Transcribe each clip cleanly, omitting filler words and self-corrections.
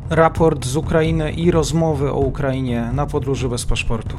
Raport z Ukrainy i rozmowy o Ukrainie na podróży bez paszportu.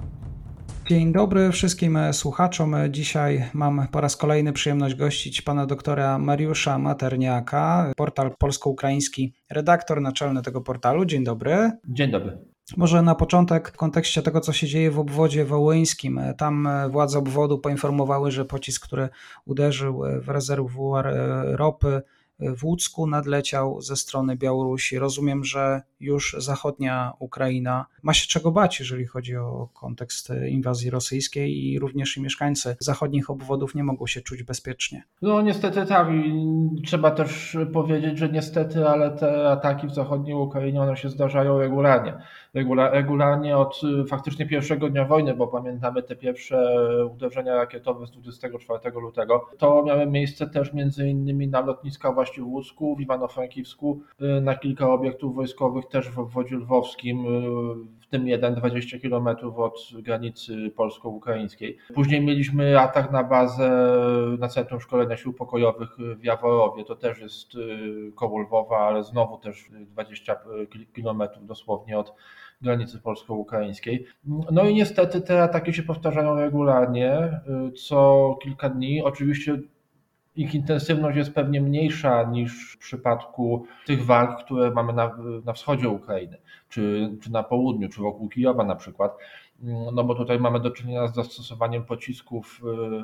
Dzień dobry wszystkim słuchaczom. Dzisiaj mam po raz kolejny przyjemność gościć pana doktora Mariusza Materniaka, portal polsko-ukraiński, redaktor naczelny tego portalu. Dzień dobry. Dzień dobry. Może na początek w kontekście tego, co się dzieje w obwodzie wołyńskim. Tam władze obwodu poinformowały, że pocisk, który uderzył w rezerwuar ropy w Łucku, nadleciał ze strony Białorusi. Rozumiem, że już zachodnia Ukraina ma się czego bać, jeżeli chodzi o kontekst inwazji rosyjskiej, i również i mieszkańcy zachodnich obwodów nie mogą się czuć bezpiecznie. No niestety tak, i trzeba też powiedzieć, że niestety, ale te ataki w zachodniej Ukrainie, one się zdarzają regularnie. Regularnie od faktycznie pierwszego dnia wojny, bo pamiętamy te pierwsze uderzenia rakietowe z 24 lutego. To miały miejsce też między innymi na lotniskach właśnie w Łucku, w Iwano-Frankivsku, na kilka obiektów wojskowych też w obwodzie lwowskim, w tym jeden 20 km od granicy polsko-ukraińskiej. Później mieliśmy atak na bazę, na Centrum Szkolenia Sił Pokojowych w Jaworowie, to też jest koło Lwowa, ale znowu też 20 km dosłownie od granicy polsko-ukraińskiej. No i niestety te ataki się powtarzają regularnie, co kilka dni. Oczywiście ich intensywność jest pewnie mniejsza niż w przypadku tych walk, które mamy na wschodzie Ukrainy, czy na południu, czy wokół Kijowa na przykład. No bo tutaj mamy do czynienia z zastosowaniem pocisków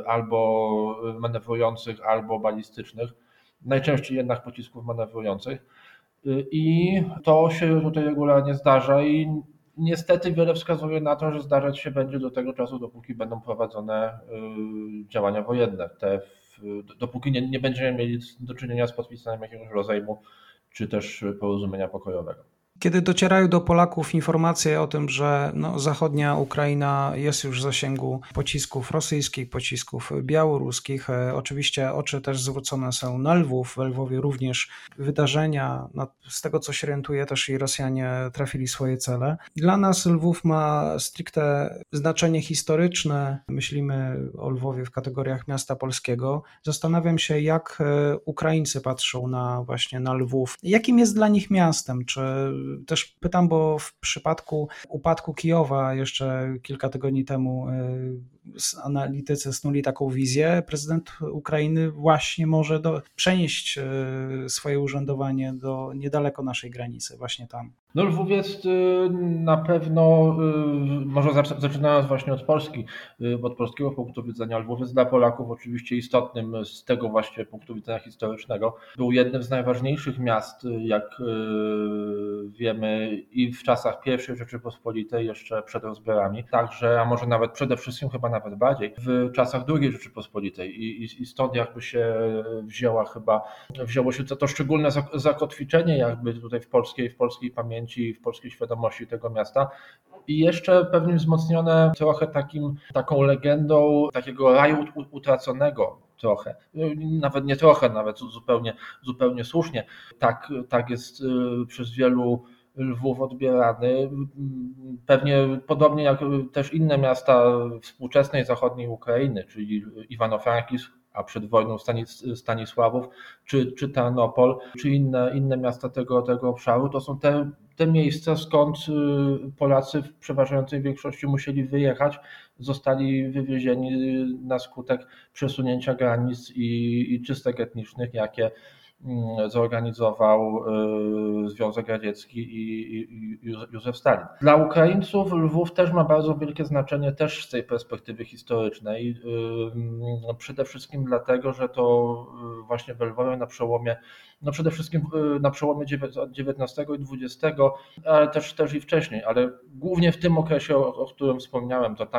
albo manewrujących, albo balistycznych. Najczęściej jednak pocisków manewrujących. I to się tutaj regularnie zdarza i niestety wiele wskazuje na to, że zdarzać się będzie do tego czasu, dopóki będą prowadzone działania wojenne. Dopóki nie będziemy mieli do czynienia z podpisaniem jakiegoś rozejmu, czy też porozumienia pokojowego. Kiedy docierają do Polaków informacje o tym, że zachodnia Ukraina jest już w zasięgu pocisków rosyjskich, pocisków białoruskich, oczywiście oczy też zwrócone są na Lwów, w Lwowie również wydarzenia, z tego co się orientuje też i Rosjanie trafili swoje cele. Dla nas Lwów ma stricte znaczenie historyczne, myślimy o Lwowie w kategoriach miasta polskiego. Zastanawiam się, jak Ukraińcy patrzą właśnie na Lwów. Jakim jest dla nich miastem? Czy też pytam, bo w przypadku upadku Kijowa jeszcze kilka tygodni temu analitycy snuli taką wizję. Prezydent Ukrainy właśnie może przenieść swoje urzędowanie niedaleko naszej granicy, właśnie tam. No Lwów jest na pewno, może zaczynając właśnie od Polski, od polskiego punktu widzenia, Lwów jest dla Polaków oczywiście istotnym z tego właśnie punktu widzenia historycznego. Był jednym z najważniejszych miast, jak wiemy, i w czasach I Rzeczypospolitej, jeszcze przed rozbiorami, także, a może nawet przede wszystkim, chyba nawet bardziej, w czasach II Rzeczypospolitej i stąd jakby się wzięło się to szczególne zakotwiczenie jakby tutaj w polskiej pamięci, w polskiej świadomości tego miasta i jeszcze pewnie wzmocnione trochę taką legendą takiego raju utraconego trochę, nawet nie trochę, nawet zupełnie słusznie. Tak jest przez wielu Lwów odbierany. Pewnie podobnie jak też inne miasta współczesnej zachodniej Ukrainy, czyli Iwano-Frankivsk, a przed wojną Stanisławów, czy Tarnopol, czy inne miasta tego obszaru, to są te miejsca, skąd Polacy w przeważającej większości musieli wyjechać, zostali wywiezieni na skutek przesunięcia granic i czystek etnicznych, jakie zorganizował Związek Radziecki i Józef Stalin. Dla Ukraińców Lwów też ma bardzo wielkie znaczenie też z tej perspektywy historycznej. Przede wszystkim dlatego, że to właśnie w Lwowie przede wszystkim na przełomie XIX i XX, ale też i wcześniej, ale głównie w tym okresie, o którym wspomniałem, to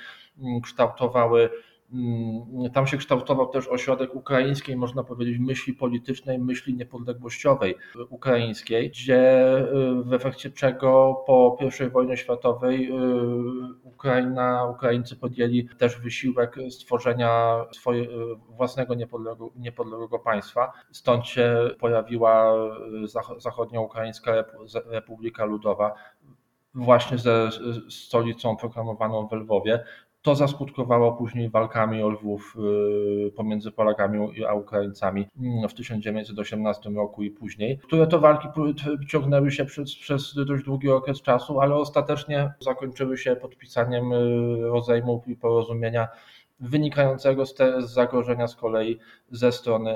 tam się kształtował też ośrodek ukraińskiej, można powiedzieć, myśli politycznej, myśli niepodległościowej ukraińskiej, gdzie w efekcie czego po I wojnie światowej Ukraińcy podjęli też wysiłek stworzenia swojego własnego niepodległego państwa. Stąd się pojawiła Zachodnioukraińska Republika Ludowa, właśnie ze stolicą proklamowaną w Lwowie. To zaskutkowało później walkami o Lwów pomiędzy Polakami a Ukraińcami w 1918 roku i później, które to walki ciągnęły się przez dość długi okres czasu, ale ostatecznie zakończyły się podpisaniem rozejmu i porozumienia wynikającego z zagrożenia z kolei ze strony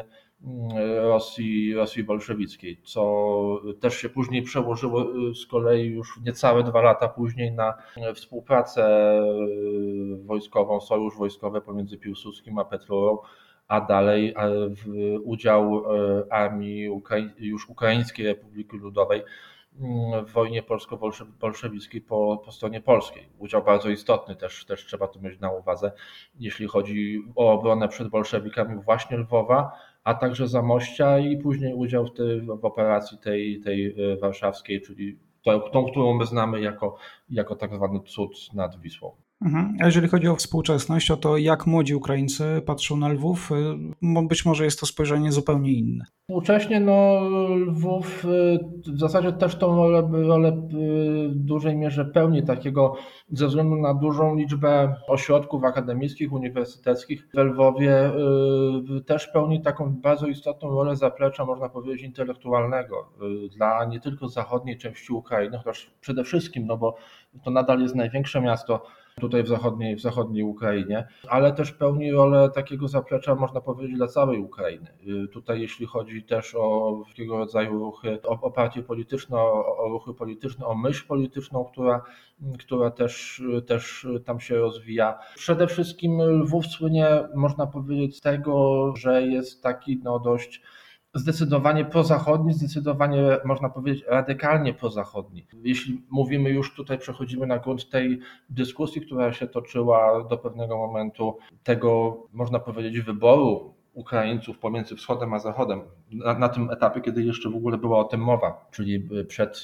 Rosji bolszewickiej, co też się później przełożyło z kolei już niecałe 2 lata później na współpracę wojskową, sojusz wojskowy pomiędzy Piłsudskim a Petlurą, a dalej udział armii już Ukraińskiej Republiki Ludowej w wojnie polsko-bolszewickiej po stronie polskiej. Udział bardzo istotny, też trzeba to mieć na uwadze, jeśli chodzi o obronę przed bolszewikami właśnie Lwowa, a także Zamościa i później udział w operacji tej warszawskiej, czyli tą, którą my znamy jako tak zwany cud nad Wisłą. A jeżeli chodzi o współczesność, o to jak młodzi Ukraińcy patrzą na Lwów, być może jest to spojrzenie zupełnie inne. Współcześnie Lwów w zasadzie też tą rolę w dużej mierze pełni, takiego ze względu na dużą liczbę ośrodków akademickich, uniwersyteckich w Lwowie też pełni taką bardzo istotną rolę zaplecza, można powiedzieć, intelektualnego dla nie tylko zachodniej części Ukrainy, chociaż przede wszystkim, bo to nadal jest największe miasto tutaj w zachodniej Ukrainie, ale też pełni rolę takiego zaplecza, można powiedzieć, dla całej Ukrainy. Tutaj jeśli chodzi też o wszelkiego rodzaju ruchy, o partie polityczne, o ruchy polityczne, o myśl polityczną, która też tam się rozwija. Przede wszystkim Lwów słynie, można powiedzieć, z tego, że jest taki dość zdecydowanie prozachodni, zdecydowanie można powiedzieć radykalnie prozachodni. Jeśli mówimy już tutaj, przechodzimy na grunt tej dyskusji, która się toczyła do pewnego momentu tego, można powiedzieć, wyboru Ukraińców pomiędzy wschodem a zachodem, na tym etapie, kiedy jeszcze w ogóle była o tym mowa, czyli przed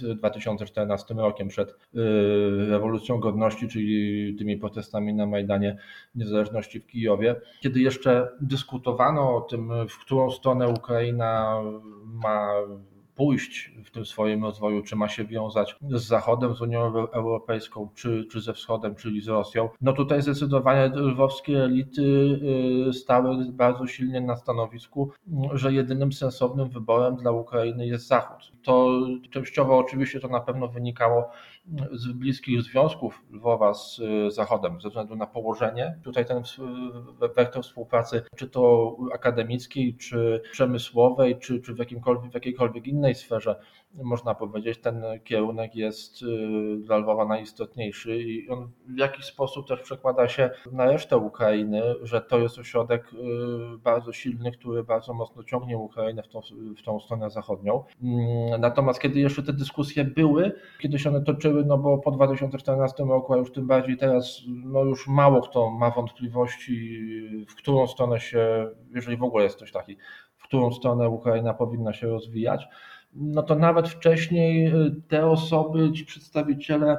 2014 rokiem, przed rewolucją godności, czyli tymi protestami na Majdanie Niezależności w Kijowie, kiedy jeszcze dyskutowano o tym, w którą stronę Ukraina ma pójść w tym swoim rozwoju, czy ma się wiązać z Zachodem, z Unią Europejską, czy ze Wschodem, czyli z Rosją. Tutaj zdecydowanie lwowskie elity stały bardzo silnie na stanowisku, że jedynym sensownym wyborem dla Ukrainy jest Zachód. To częściowo oczywiście to na pewno wynikało z bliskich związków Lwowa z Zachodem, ze względu na położenie. Tutaj ten wektor współpracy, czy to akademickiej, czy przemysłowej, czy w jakiejkolwiek innej sferze, można powiedzieć, ten kierunek jest dla Lwowa najistotniejszy i on w jakiś sposób też przekłada się na resztę Ukrainy, że to jest ośrodek bardzo silny, który bardzo mocno ciągnie Ukrainę w tą stronę zachodnią. Natomiast kiedy jeszcze te dyskusje były, kiedy się one toczyły, bo po 2014 roku, a już tym bardziej teraz, już mało kto ma wątpliwości, w którą stronę się, jeżeli w ogóle jest ktoś taki, w którą stronę Ukraina powinna się rozwijać, to nawet wcześniej te osoby, ci przedstawiciele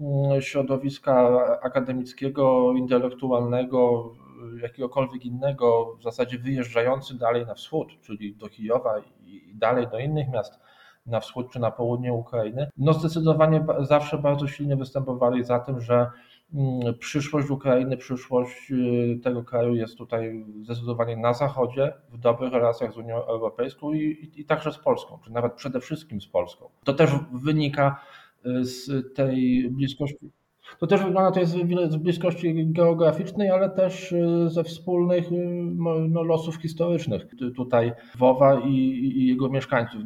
środowiska akademickiego, intelektualnego, jakiegokolwiek innego, w zasadzie wyjeżdżający dalej na wschód, czyli do Kijowa i dalej do innych miast na wschód czy na południe Ukrainy, zdecydowanie zawsze bardzo silnie występowali za tym, że przyszłość Ukrainy, przyszłość tego kraju jest tutaj zdecydowanie na Zachodzie, w dobrych relacjach z Unią Europejską i także z Polską, czy nawet przede wszystkim z Polską. To też wynika z tej bliskości. To też wygląda to jest z bliskości geograficznej, ale też ze wspólnych losów historycznych tutaj Lwowa i jego mieszkańców.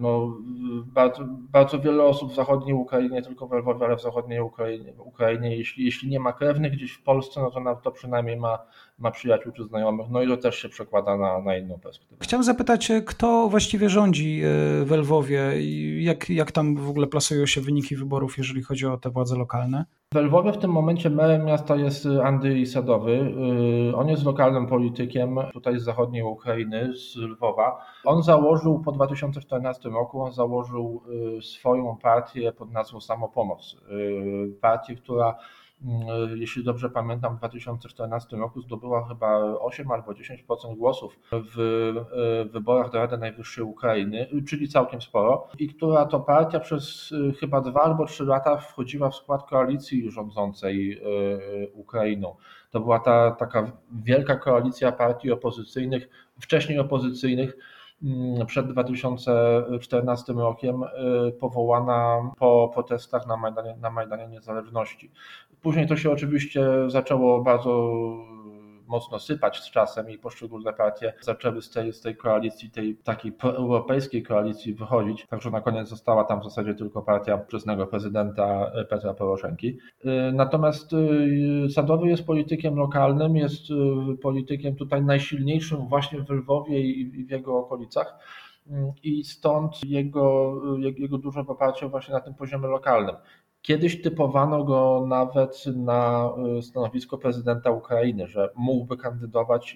Bardzo wiele osób w zachodniej Ukrainie, nie tylko w Lwowie, ale w zachodniej Ukrainie, jeśli nie ma krewnych gdzieś w Polsce, to przynajmniej ma przyjaciół czy znajomych, i to też się przekłada na inną perspektywę. Chciałem zapytać, kto właściwie rządzi w Lwowie i jak tam w ogóle plasują się wyniki wyborów, jeżeli chodzi o te władze lokalne? W Lwowie w tym momencie merem miasta jest Andrii Sadowy. On jest lokalnym politykiem tutaj z zachodniej Ukrainy, z Lwowa. On założył po 2014 roku, swoją partię pod nazwą Samopomoc. Partię, która jeśli dobrze pamiętam, w 2014 roku zdobyła chyba 8 albo 10% głosów w wyborach do Rady Najwyższej Ukrainy, czyli całkiem sporo, i która to partia przez chyba 2 albo 3 lata wchodziła w skład koalicji rządzącej Ukrainą. To była ta taka wielka koalicja partii opozycyjnych, wcześniej opozycyjnych, przed 2014 rokiem, powołana po protestach na Majdanie Niezależności. Później to się oczywiście zaczęło bardzo mocno sypać z czasem i poszczególne partie zaczęły z tej koalicji, tej takiej proeuropejskiej koalicji wychodzić, także na koniec została tam w zasadzie tylko partia ówczesnego prezydenta Petra Poroszenki. Natomiast Sadowy jest politykiem lokalnym, jest politykiem tutaj najsilniejszym właśnie w Lwowie i w jego okolicach. I stąd jego duże poparcie właśnie na tym poziomie lokalnym. Kiedyś typowano go nawet na stanowisko prezydenta Ukrainy, że mógłby kandydować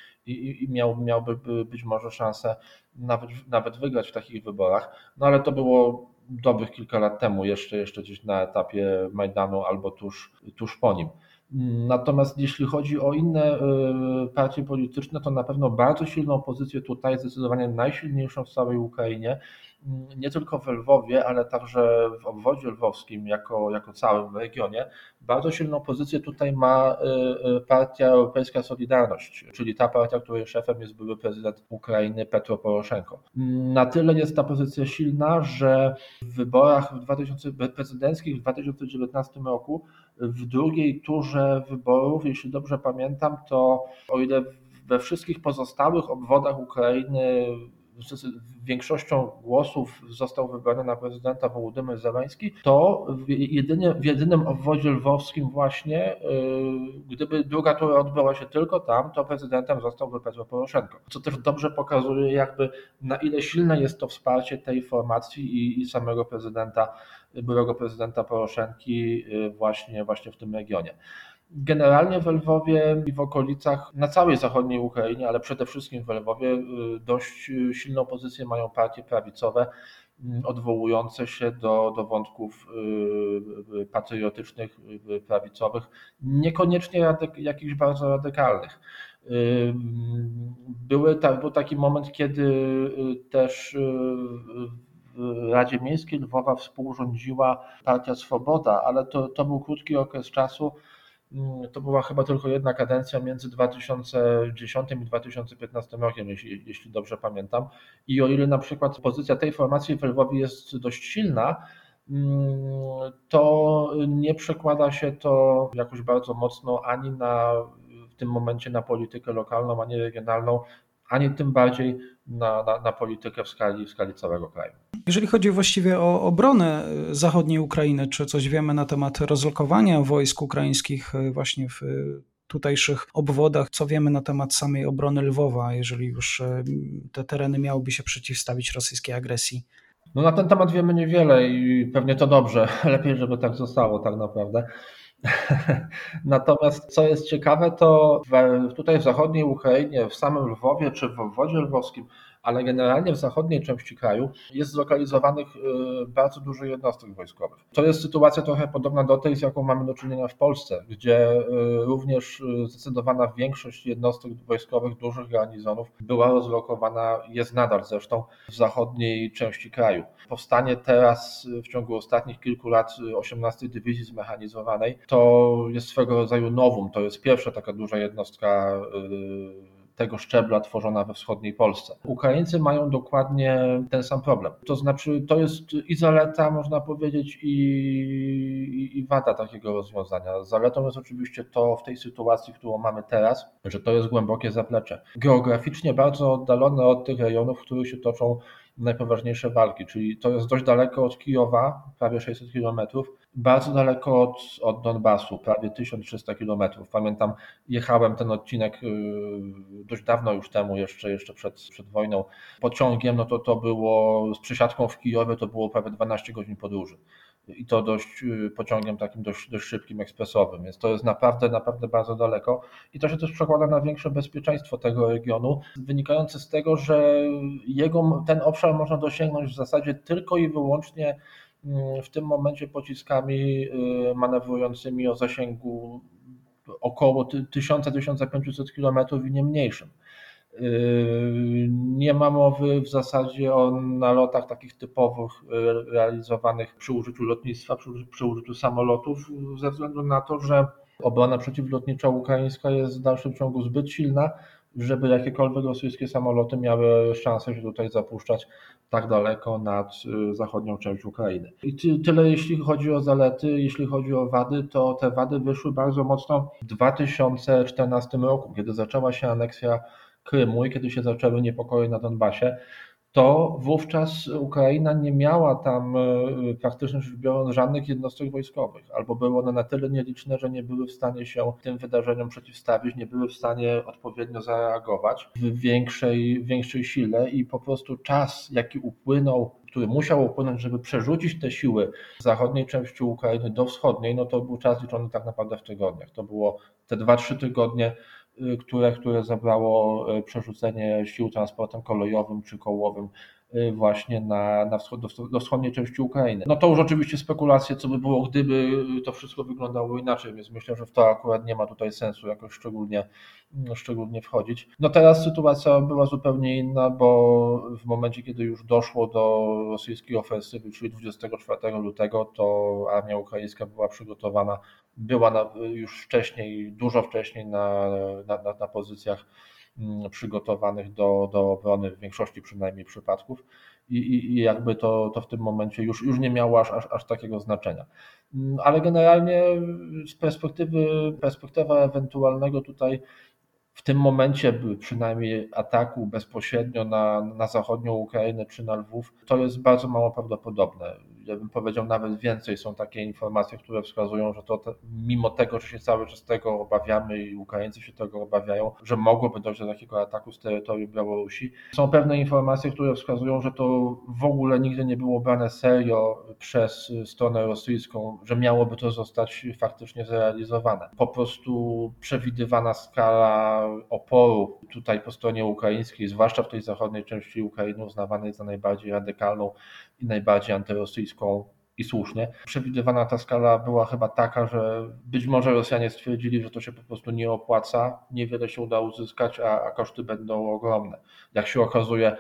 i miałby być może szansę nawet wygrać w takich wyborach, no ale to było dobrych kilka lat temu, jeszcze gdzieś na etapie Majdanu albo tuż po nim. Natomiast jeśli chodzi o inne partie polityczne, to na pewno bardzo silną pozycję tutaj, zdecydowanie najsilniejszą w całej Ukrainie, nie tylko w Lwowie, ale także w obwodzie lwowskim jako całym regionie. Bardzo silną pozycję tutaj ma partia Europejska Solidarność, czyli ta partia, której szefem jest były prezydent Ukrainy Petro Poroszenko. Na tyle jest ta pozycja silna, że w wyborach prezydenckich w 2019 roku, w drugiej turze wyborów, jeśli dobrze pamiętam, to o ile we wszystkich pozostałych obwodach Ukrainy większością głosów został wybrany na prezydenta Wołodymyr Zełenski, to w jedynym obwodzie lwowskim właśnie, gdyby druga tura odbyła się tylko tam, to prezydentem zostałby Petro Poroszenko. Co też dobrze pokazuje jakby na ile silne jest to wsparcie tej formacji i samego byłego prezydenta Poroszenki właśnie w tym regionie. Generalnie w Lwowie i w okolicach, na całej zachodniej Ukrainie, ale przede wszystkim w Lwowie dość silną pozycję mają partie prawicowe, odwołujące się do wątków patriotycznych, prawicowych, niekoniecznie jakichś bardzo radykalnych. Był taki moment, kiedy też w Radzie Miejskiej Lwowa współrządziła partia Swoboda, ale to był krótki okres czasu. To była chyba tylko jedna kadencja między 2010 i 2015 rokiem, jeśli dobrze pamiętam. I o ile na przykład pozycja tej formacji w Lwowie jest dość silna, to nie przekłada się to jakoś bardzo mocno ani w tym momencie na politykę lokalną, ani regionalną, ani tym bardziej na politykę w skali całego kraju. Jeżeli chodzi właściwie o obronę zachodniej Ukrainy, czy coś wiemy na temat rozlokowania wojsk ukraińskich właśnie w tutejszych obwodach, co wiemy na temat samej obrony Lwowa, jeżeli już te tereny miałyby się przeciwstawić rosyjskiej agresji? No na ten temat wiemy niewiele i pewnie to dobrze. Lepiej, żeby tak zostało tak naprawdę. Natomiast co jest ciekawe, to tutaj w zachodniej Ukrainie, w samym Lwowie czy w obwodzie lwowskim, ale generalnie w zachodniej części kraju jest zlokalizowanych bardzo dużo jednostek wojskowych. To jest sytuacja trochę podobna do tej, z jaką mamy do czynienia w Polsce, gdzie również zdecydowana większość jednostek wojskowych, dużych garnizonów była rozlokowana, jest nadal zresztą w zachodniej części kraju. Powstanie teraz w ciągu ostatnich kilku lat 18 Dywizji Zmechanizowanej to jest swego rodzaju nowum, to jest pierwsza taka duża jednostka tego szczebla tworzona we wschodniej Polsce. Ukraińcy mają dokładnie ten sam problem. To znaczy, to jest i zaleta, można powiedzieć, i wada takiego rozwiązania. Zaletą jest oczywiście to w tej sytuacji, którą mamy teraz, że to jest głębokie zaplecze. Geograficznie bardzo oddalone od tych rejonów, w których się toczą najpoważniejsze walki, czyli to jest dość daleko od Kijowa, prawie 600 kilometrów, bardzo daleko od Donbasu, prawie 1300 kilometrów. Pamiętam, jechałem ten odcinek dość dawno już temu, jeszcze przed wojną, pociągiem, no to było z przesiadką w Kijowie, to było prawie 12 godzin podróży. I to pociągiem takim dość szybkim, ekspresowym, więc to jest naprawdę bardzo daleko i to się też przekłada na większe bezpieczeństwo tego regionu, wynikające z tego, że ten obszar można dosięgnąć w zasadzie tylko i wyłącznie w tym momencie pociskami manewrującymi o zasięgu około 1000-1500 km i nie mniejszym. Nie ma mowy w zasadzie o nalotach takich typowych realizowanych przy użyciu lotnictwa, przy użyciu samolotów, ze względu na to, że obrona przeciwlotnicza ukraińska jest w dalszym ciągu zbyt silna, żeby jakiekolwiek rosyjskie samoloty miały szansę się tutaj zapuszczać tak daleko nad zachodnią część Ukrainy. I tyle jeśli chodzi o zalety. Jeśli chodzi o wady, to te wady wyszły bardzo mocno w 2014 roku, kiedy zaczęła się aneksja Krymu i kiedy się zaczęły niepokoje na Donbasie, to wówczas Ukraina nie miała tam praktycznie rzecz biorąc żadnych jednostek wojskowych, albo były one na tyle nieliczne, że nie były w stanie się tym wydarzeniom przeciwstawić, nie były w stanie odpowiednio zareagować w większej sile i po prostu czas, jaki upłynął, który musiał upłynąć, żeby przerzucić te siły z zachodniej części Ukrainy do wschodniej, no to był czas liczony tak naprawdę w tygodniach. To było te 2-3 tygodnie, które zabrało przerzucenie sił transportem kolejowym czy kołowym właśnie na wschód, do wschodniej części Ukrainy. No to już oczywiście spekulacje, co by było, gdyby to wszystko wyglądało inaczej, więc myślę, że w to akurat nie ma tutaj sensu jakoś szczególnie wchodzić. No teraz sytuacja była zupełnie inna, bo w momencie, kiedy już doszło do rosyjskiej ofensywy, czyli 24 lutego, to armia ukraińska była przygotowana, była już wcześniej, dużo wcześniej na pozycjach przygotowanych do obrony w większości przynajmniej przypadków i jakby to w tym momencie już nie miało aż takiego znaczenia. Ale generalnie z perspektywa ewentualnego tutaj w tym momencie przynajmniej ataku bezpośrednio na zachodnią Ukrainę czy na Lwów, to jest bardzo mało prawdopodobne. Ja bym powiedział nawet więcej, są takie informacje, które wskazują, że mimo tego, że się cały czas tego obawiamy i Ukraińcy się tego obawiają, że mogłoby dojść do takiego ataku z terytorium Białorusi. Są pewne informacje, które wskazują, że to w ogóle nigdy nie było brane serio przez stronę rosyjską, że miałoby to zostać faktycznie zrealizowane. Po prostu przewidywana skala oporu tutaj po stronie ukraińskiej, zwłaszcza w tej zachodniej części Ukrainy, uznawanej za najbardziej radykalną i najbardziej antyrosyjską i słusznie. Przewidywana ta skala była chyba taka, że być może Rosjanie stwierdzili, że to się po prostu nie opłaca, niewiele się uda uzyskać, a koszty będą ogromne. Jak się okazuje,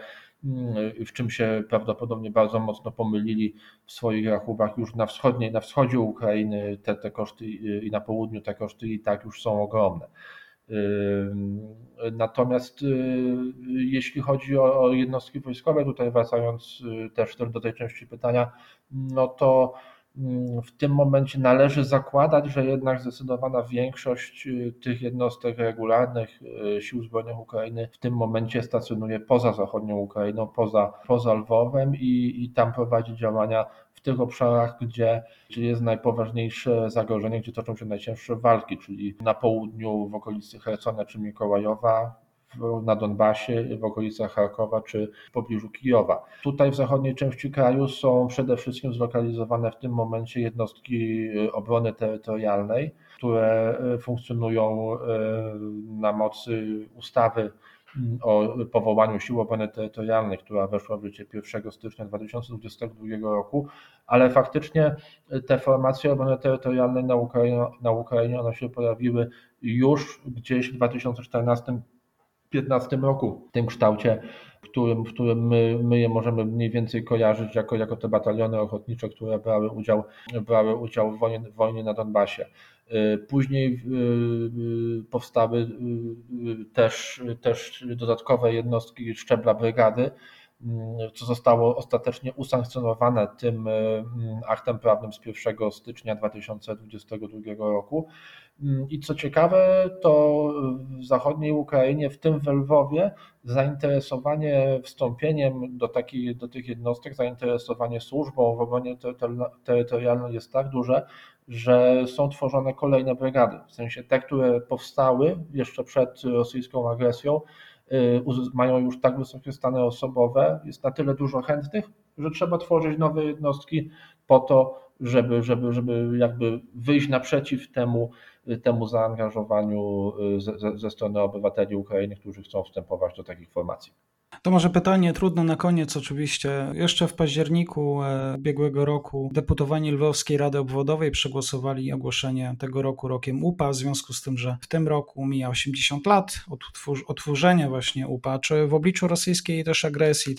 w czym się prawdopodobnie bardzo mocno pomylili w swoich rachubach już na wschodzie Ukrainy te koszty i na południu te koszty i tak już są ogromne. Natomiast jeśli chodzi o jednostki wojskowe, tutaj wracając też do tej części pytania, no to w tym momencie należy zakładać, że jednak zdecydowana większość tych jednostek regularnych sił zbrojnych Ukrainy w tym momencie stacjonuje poza zachodnią Ukrainą, poza Lwowem i tam prowadzi działania w tych obszarach, gdzie jest najpoważniejsze zagrożenie, gdzie toczą się najcięższe walki, czyli na południu w okolicy Chersona czy Mikołajowa, na Donbasie, w okolicach Charkowa czy w pobliżu Kijowa. Tutaj w zachodniej części kraju są przede wszystkim zlokalizowane w tym momencie jednostki obrony terytorialnej, które funkcjonują na mocy ustawy o powołaniu Sił Obrony Terytorialnej, która weszła w życie 1 stycznia 2022 roku, ale faktycznie te formacje obrony terytorialnej na Ukrainie one się pojawiły już gdzieś w 2014-2015 roku w tym kształcie, w którym my je możemy mniej więcej kojarzyć jako te bataliony ochotnicze, które brały udział w wojnie na Donbasie. Później powstały też dodatkowe jednostki szczebla brygady, co zostało ostatecznie usankcjonowane tym aktem prawnym z 1 stycznia 2022 roku. I co ciekawe, to w zachodniej Ukrainie, w tym w Lwowie, zainteresowanie wstąpieniem do tych jednostek, zainteresowanie służbą w obronie terytorialnej jest tak duże, że są tworzone kolejne brygady. W sensie te, które powstały jeszcze przed rosyjską agresją, mają już tak wysokie stany osobowe, jest na tyle dużo chętnych, że trzeba tworzyć nowe jednostki po to, żeby jakby wyjść naprzeciw temu zaangażowaniu ze strony obywateli Ukrainy, którzy chcą wstępować do takich formacji. To może pytanie trudne na koniec oczywiście. Jeszcze w październiku ubiegłego roku deputowani Lwowskiej Rady Obwodowej przegłosowali ogłoszenie tego roku rokiem UPA, w związku z tym, że w tym roku mija 80 lat od utworzenia właśnie UPA. Czy w obliczu rosyjskiej też agresji,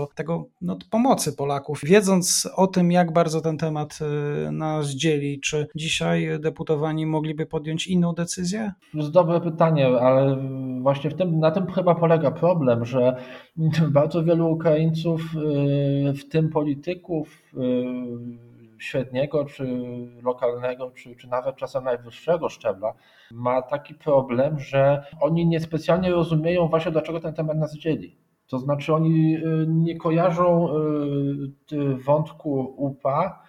pomocy Polaków, wiedząc o tym, jak bardzo ten temat nas dzieli, czy dzisiaj deputowani mogliby podjąć inną decyzję? To jest dobre pytanie, ale właśnie na tym chyba polega problem, że bardzo wielu Ukraińców, w tym polityków średniego, czy lokalnego, czy nawet czasem najwyższego szczebla, ma taki problem, że oni niespecjalnie rozumieją właśnie, dlaczego ten temat nas dzieli. To znaczy oni nie kojarzą wątku UPA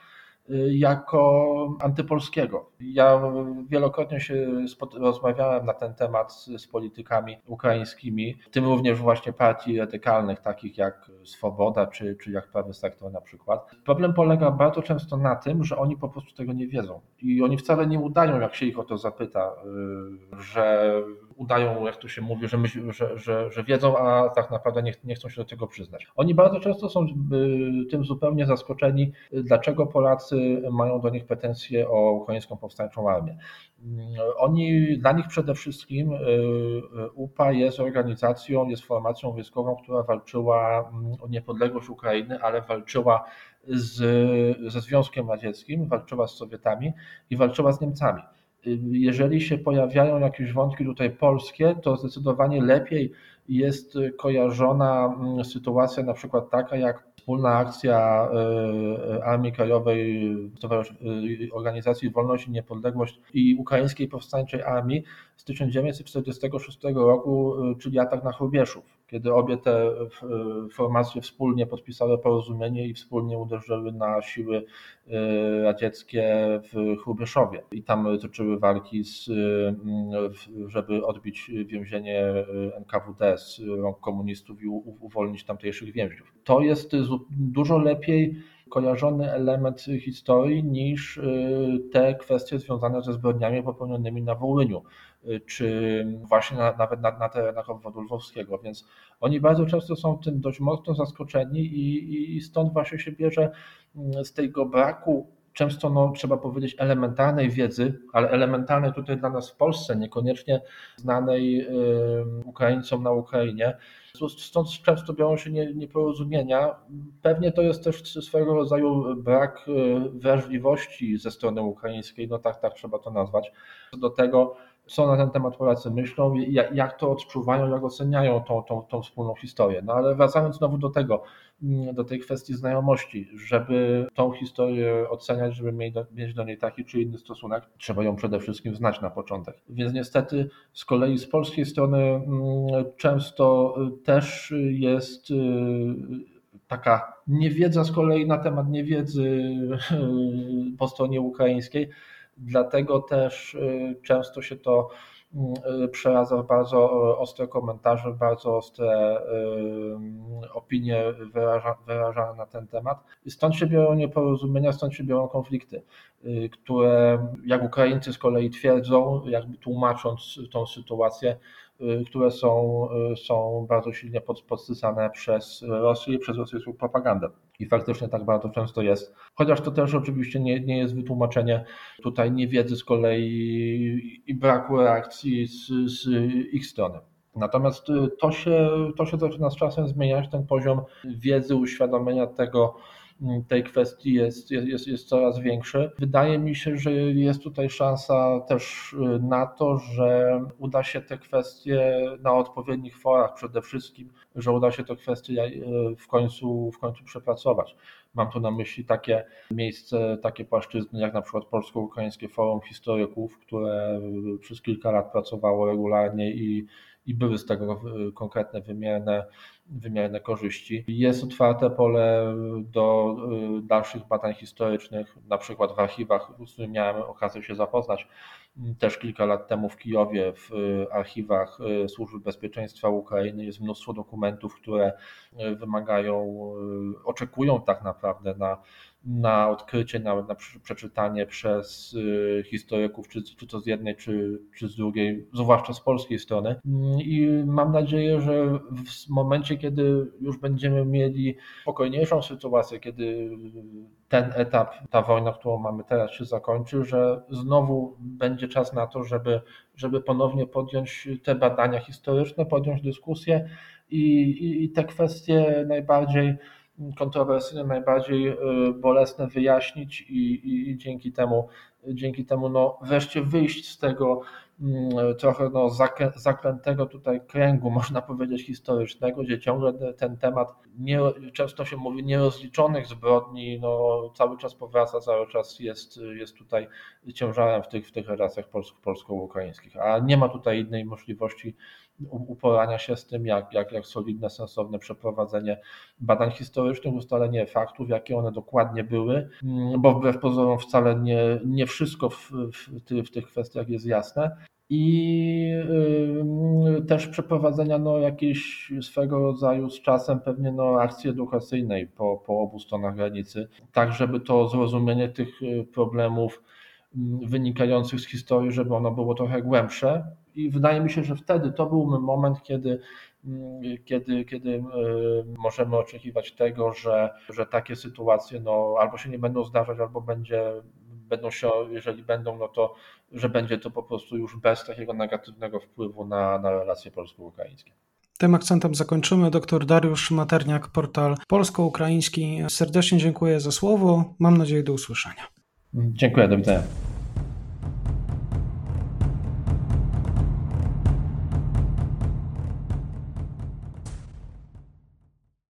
jako antypolskiego. Ja wielokrotnie rozmawiałem na ten temat z politykami ukraińskimi, w tym również właśnie partii radykalnych, takich jak Swoboda czy jak Prawy Sektor na przykład. Problem polega bardzo często na tym, że oni po prostu tego nie wiedzą i oni wcale nie udają, jak się ich o to zapyta, że udają, jak to się mówi, że wiedzą, a tak naprawdę nie chcą się do tego przyznać. Oni bardzo często są tym zupełnie zaskoczeni, dlaczego Polacy mają do nich pretensje o ukraińską powstańczą armię. Dla nich przede wszystkim UPA jest organizacją, jest formacją wojskową, która walczyła o niepodległość Ukrainy, ale walczyła ze Związkiem Radzieckim, walczyła z Sowietami i walczyła z Niemcami. Jeżeli się pojawiają jakieś wątki tutaj polskie, to zdecydowanie lepiej jest kojarzona sytuacja na przykład taka jak wspólna akcja Armii Krajowej, Organizacji Wolność i Niepodległość i Ukraińskiej Powstańczej Armii z 1946 roku, czyli atak na Hrubieszów, kiedy obie te formacje wspólnie podpisały porozumienie i wspólnie uderzyły na siły radzieckie w Hrubieszowie i tam toczyły walki, żeby odbić więzienie NKWD z rąk komunistów i uwolnić tamtejszych więźniów. To jest dużo lepiej kojarzony element historii niż te kwestie związane ze zbrodniami popełnionymi na Wołyniu, czy właśnie nawet na terenach obwodu lwowskiego, więc oni bardzo często są tym dość mocno zaskoczeni i stąd właśnie się bierze z tego braku często, trzeba powiedzieć, elementarnej wiedzy, ale elementarnej tutaj dla nas w Polsce, niekoniecznie znanej Ukraińcom na Ukrainie. Stąd często biorą się nieporozumienia. Pewnie to jest też swego rodzaju brak wrażliwości ze strony ukraińskiej, tak trzeba to nazwać, do tego, co na ten temat Polacy myślą, jak to odczuwają, jak oceniają tą wspólną historię. No ale wracając znowu do tej kwestii znajomości, żeby tą historię oceniać, żeby mieć do niej taki czy inny stosunek, trzeba ją przede wszystkim znać na początek. Więc niestety z kolei z polskiej strony często też jest taka niewiedza z kolei na temat niewiedzy po stronie ukraińskiej, dlatego też często się to przeradza w bardzo ostre komentarze, bardzo ostre opinie wyrażane na ten temat. I stąd się biorą nieporozumienia, stąd się biorą konflikty, które, jak Ukraińcy z kolei twierdzą, jakby tłumacząc tą sytuację, które są bardzo silnie podsycane przez Rosję i przez rosyjską propagandę. I faktycznie tak bardzo często jest. Chociaż to też oczywiście nie jest wytłumaczenie tutaj niewiedzy z kolei i braku reakcji z ich strony. Natomiast to się zaczyna z czasem zmieniać, ten poziom wiedzy, uświadomienia tej kwestii jest coraz większy. Wydaje mi się, że jest tutaj szansa też na to, że uda się te kwestie na odpowiednich forach przede wszystkim, że uda się te kwestie w końcu przepracować. Mam tu na myśli takie miejsce, takie płaszczyzny jak na przykład Polsko-Ukraińskie Forum Historyków, które przez kilka lat pracowało regularnie i były z tego konkretne wymierne korzyści. Jest otwarte pole do dalszych badań historycznych, na przykład w archiwach, z którymi miałem okazję się zapoznać też kilka lat temu w Kijowie, w archiwach Służby Bezpieczeństwa Ukrainy jest mnóstwo dokumentów, które oczekują tak naprawdę na odkrycie, na przeczytanie przez historyków, czy to z jednej, czy z drugiej, zwłaszcza z polskiej strony. I mam nadzieję, że w momencie, kiedy już będziemy mieli spokojniejszą sytuację, kiedy ten etap, ta wojna, którą mamy teraz, się zakończy, że znowu będzie czas na to, żeby ponownie podjąć te badania historyczne, podjąć dyskusję i te kwestie najbardziej kontrowersyjne, najbardziej bolesne wyjaśnić i dzięki temu no, wreszcie wyjść z tego trochę no, zaklętego tutaj kręgu, można powiedzieć, historycznego, gdzie ciągle ten temat, często się mówi, nierozliczonych zbrodni, no, cały czas powraca, cały czas jest tutaj ciężarem w tych relacjach polsko-ukraińskich, a nie ma tutaj innej możliwości uporania się z tym, jak solidne, sensowne przeprowadzenie badań historycznych, ustalenie faktów, jakie one dokładnie były, bo wbrew pozorom wcale nie wszystko w tych kwestiach jest jasne. I też przeprowadzenia no, jakiejś swego rodzaju z czasem pewnie no, akcji edukacyjnej po obu stronach granicy, tak żeby to zrozumienie tych problemów wynikających z historii, żeby ono było trochę głębsze. I wydaje mi się, że wtedy to był moment, kiedy możemy oczekiwać tego, że takie sytuacje no, albo się nie będą zdarzać, albo będą się, jeżeli będą, no to że będzie to po prostu już bez takiego negatywnego wpływu na relacje polsko-ukraińskie. Tym akcentem zakończymy. Dr Dariusz Materniak, portal polsko-ukraiński. Serdecznie dziękuję za słowo. Mam nadzieję do usłyszenia. Dziękuję, do widzenia.